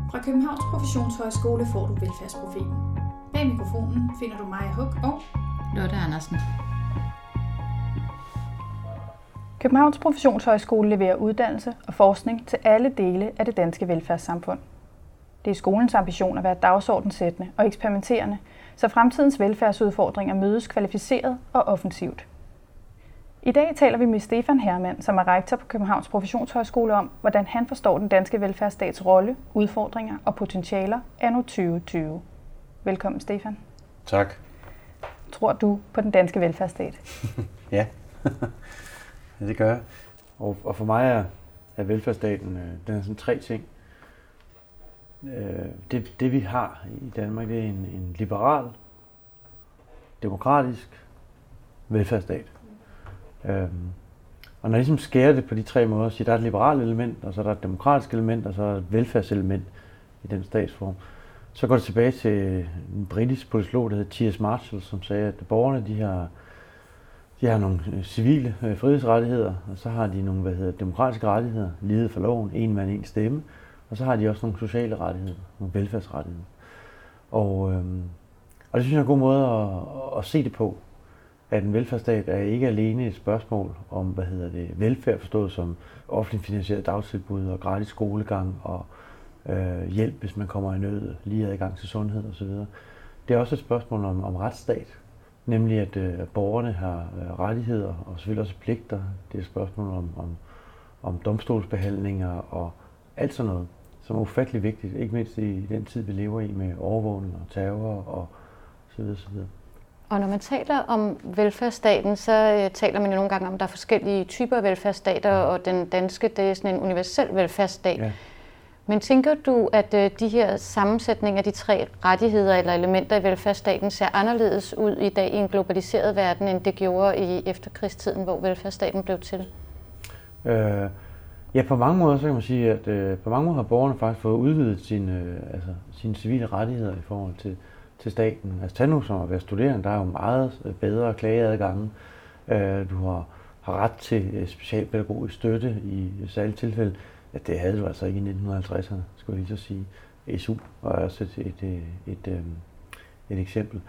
Fra Københavns Professionshøjskole får du Velfærdsprofeten. Bag mikrofonen finder du Maja Huk og Lotte Andersen. Københavns Professionshøjskole leverer uddannelse og forskning til alle dele af det danske velfærdssamfund. Det er skolens ambition at være dagsordenssættende og eksperimenterende, så fremtidens velfærdsudfordringer mødes kvalificeret og offensivt. I dag taler vi med Stefan Hermann, som er rektor på Københavns Professionshøjskole, om, hvordan han forstår den danske velfærdsstats rolle, udfordringer og potentialer anno 2020. Velkommen, Stefan. Tak. Tror du på den danske velfærdsstat? Ja. Ja, det gør jeg. Og for mig er velfærdsstaten, den er sådan tre ting. Det vi har i Danmark, det er en liberal, demokratisk velfærdsstat. Og når jeg ligesom skærer det på de tre måder, så der er et liberalt element, og så er der et demokratisk element, og så er der et velfærdselement i den statsform, så går det tilbage til en britisk politolog, der hedder T.S. Marshall, som sagde, at borgerne de har nogle civile frihedsrettigheder, og så har de nogle demokratiske rettigheder, lighed for loven, en mand, en stemme, og så har de også nogle sociale rettigheder, nogle velfærdsrettigheder. Og det synes jeg er en god måde at se det på, at en velfærdsstat er ikke alene et spørgsmål om, velfærd forstået som offentligt finansieret dagtilbud og gratis skolegang og hjælp, hvis man kommer i nød, lige adgang til sundhed osv. Det er også et spørgsmål om retsstat, nemlig at borgerne har rettigheder og selvfølgelig også pligter. Det er et spørgsmål om domstolsbehandlinger og alt sådan noget, som er ufattelig vigtigt, ikke mindst i den tid, vi lever i med overvågning og terror og så videre, så videre. Og når man taler om velfærdsstaten, så taler man jo nogle gange om, at der er forskellige typer af velfærdsstater, og den danske, det er sådan en universel velfærdsstat. Ja. Men tænker du, at de her sammensætninger af de tre rettigheder eller elementer i velfærdsstaten ser anderledes ud i dag i en globaliseret verden, end det gjorde i efterkrigstiden, hvor velfærdsstaten blev til? Ja, på mange måder så kan man sige, at på mange måder har borgerne faktisk fået udvidet sine civile rettigheder i forhold til staten. Altså tag nu som at være studerende, der er jo meget bedre klageadgange. Du har ret til specialpædagogisk støtte i særlige tilfælde. Ja, det havde du altså ikke i 1950'erne, skulle jeg lige så sige. SU var også et eksempel.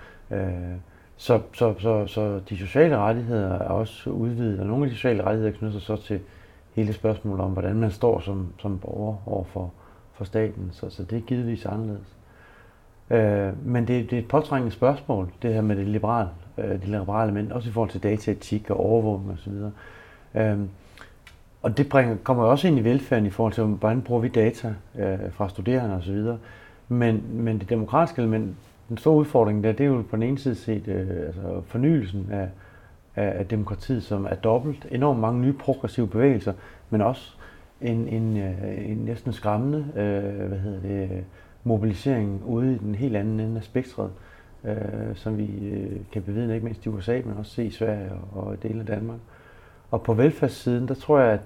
Så de sociale rettigheder er også udvidet, og nogle af de sociale rettigheder knytter sig så til hele spørgsmålet om, hvordan man står som borger over for staten. Så det er givetvis anderledes. Men det er et påtrængende spørgsmål, det her med det liberale element, også i forhold til dataetik og overvågning osv. Og det kommer også ind i velfærden i forhold til, hvordan bruger vi data fra studerende osv. Men det demokratiske element, den store udfordring der, det er jo på den ene side set fornyelsen af demokratiet, som er dobbelt. Enormt mange nye progressive bevægelser, men også en næsten skræmmende mobilisering ude i den helt anden ende af spektret, som vi kan bevidne ikke mindst i USA, men også se i Sverige og dele af Danmark. Og på velfærdssiden, der tror jeg,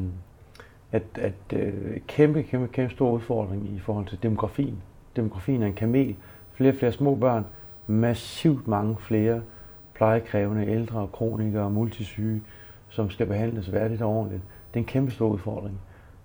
at kæmpe stor udfordring i forhold til demografien. Demografien er en kamel. Flere og flere små børn, massivt mange flere plejekrævende ældre, kronikere og multisyge, som skal behandles værdigt og ordentligt. Det er en kæmpe stor udfordring.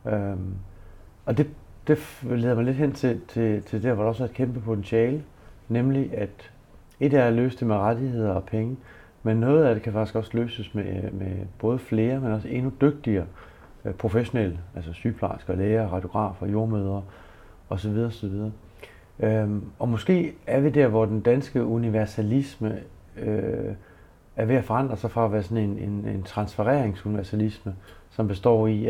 Og det leder mig lidt hen til der, hvor der også er et kæmpe potentiale, nemlig at et er at løse det med rettigheder og penge, men noget af det kan faktisk også løses med både flere, men også endnu dygtigere professionelle, altså sygeplejersker, læger, radiografer, jordmødre osv. osv. Og måske er vi der, hvor den danske universalisme er ved at forandre sig fra at være sådan en transfereringsuniversalisme, som består i,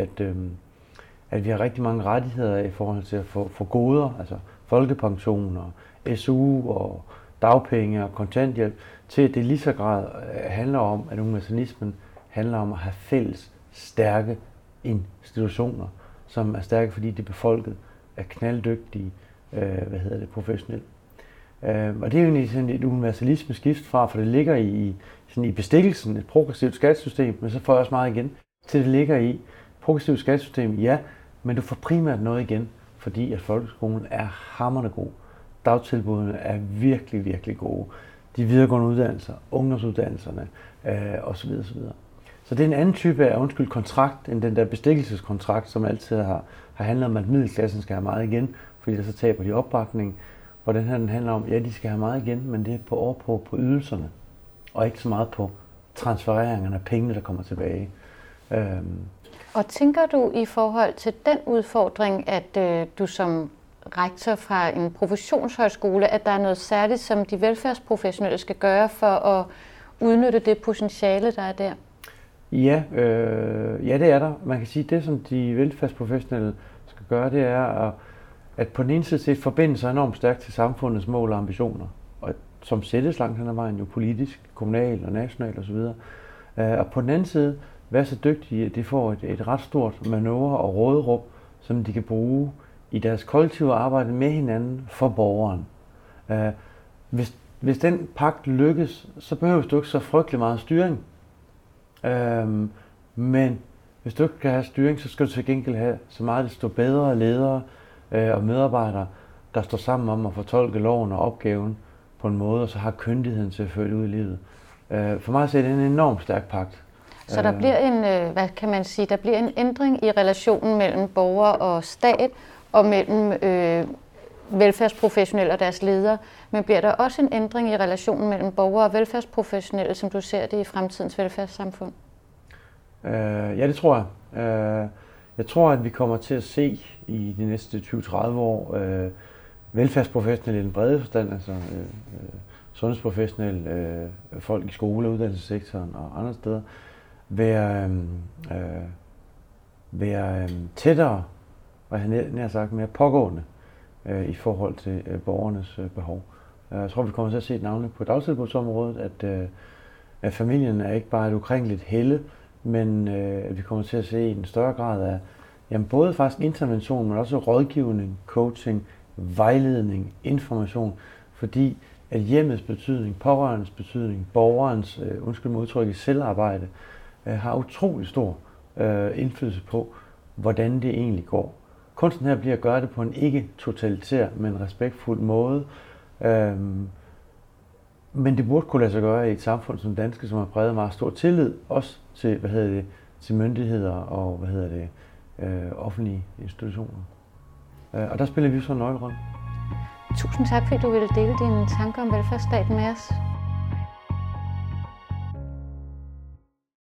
at vi har rigtig mange rettigheder i forhold til at få goder, altså folkepension og SU og dagpenge og kontanthjælp, til at det lige så grad handler om, at universalismen handler om at have fælles, stærke institutioner, som er stærke, fordi det er befolket, er knalddygtige, professionelle. Og det er jo egentlig sådan et universalisme skift fra, for det ligger i bestikkelsen, et progressivt skattesystem, men så får jeg også meget igen, til det ligger i progressivt skattesystem, ja, men du får primært noget igen, fordi at folkeskolen er hamrende god. Dagtilbudene er virkelig, virkelig gode. De videregående uddannelser, ungdomsuddannelserne osv. osv. Så det er en anden type af kontrakt, end den der bestikkelseskontrakt, som altid har har handlet om, at middelklassen skal have meget igen, fordi der så taber de opbakning. Og den her den handler om, ja, de skal have meget igen, men det er på ydelserne, og ikke så meget på transfereringerne af pengene, der kommer tilbage. Og tænker du i forhold til den udfordring, at du som rektor fra en professionshøjskole, at der er noget særligt, som de velfærdsprofessionelle skal gøre for at udnytte det potentiale, der er der? Ja, det er der. Man kan sige, at det, som de velfærdsprofessionelle skal gøre, det er at på den ene side forbinde sig enormt stærkt til samfundets mål og ambitioner, og som sættes langt hen ad vejen jo politisk, kommunalt og nationalt osv. Og på den anden side være så dygtige, at de får et ret stort manøvre og råderum, som de kan bruge i deres kollektive arbejde med hinanden for borgeren. Hvis den pagt lykkes, så behøver du ikke så frygtelig meget styring. Men hvis du ikke kan have styring, så skal du til gengæld have så meget desto bedre ledere og medarbejdere, der står sammen om at fortolke loven og opgaven på en måde, og så har kyndigheden til at føre det ud i livet. For mig så er det en enormt stærk pagt. Så der bliver hvad kan man sige, der bliver en ændring i relationen mellem borger og stat, og mellem velfærdsprofessionelle og deres ledere, men bliver der også en ændring i relationen mellem borgere og velfærdsprofessionelle, som du ser det i fremtidens velfærdssamfund? Ja, det tror jeg. Jeg tror, at vi kommer til at se i de næste 20-30 år velfærdsprofessionelle i den brede forstand, altså sundhedsprofessionelle, folk i skole- og uddannelsessektoren og andre steder, være tættere, og jeg har nær sagt mere pågående i forhold til borgernes behov. Jeg tror, vi kommer til at se et navnlig på dagtilbudsområdet, at familien er ikke bare et ukrænkeligt helle, men at vi kommer til at se en større grad af både faktisk intervention, men også rådgivning, coaching, vejledning, information, fordi at hjemmets betydning, pårørendes betydning, borgerens, undskyld mig udtrykket, selvarbejde, har utrolig stor indflydelse på, hvordan det egentlig går. Kunsten her bliver at gøre det på en ikke totalitær, men respektfuld måde. Men det burde kunne lade sig gøre i et samfund som danske, som har præget meget stor tillid, også til, til myndigheder og offentlige institutioner. Og der spiller vi så en nøglerolle. Tusind tak, fordi du ville dele dine tanker om velfærdsstaten med os.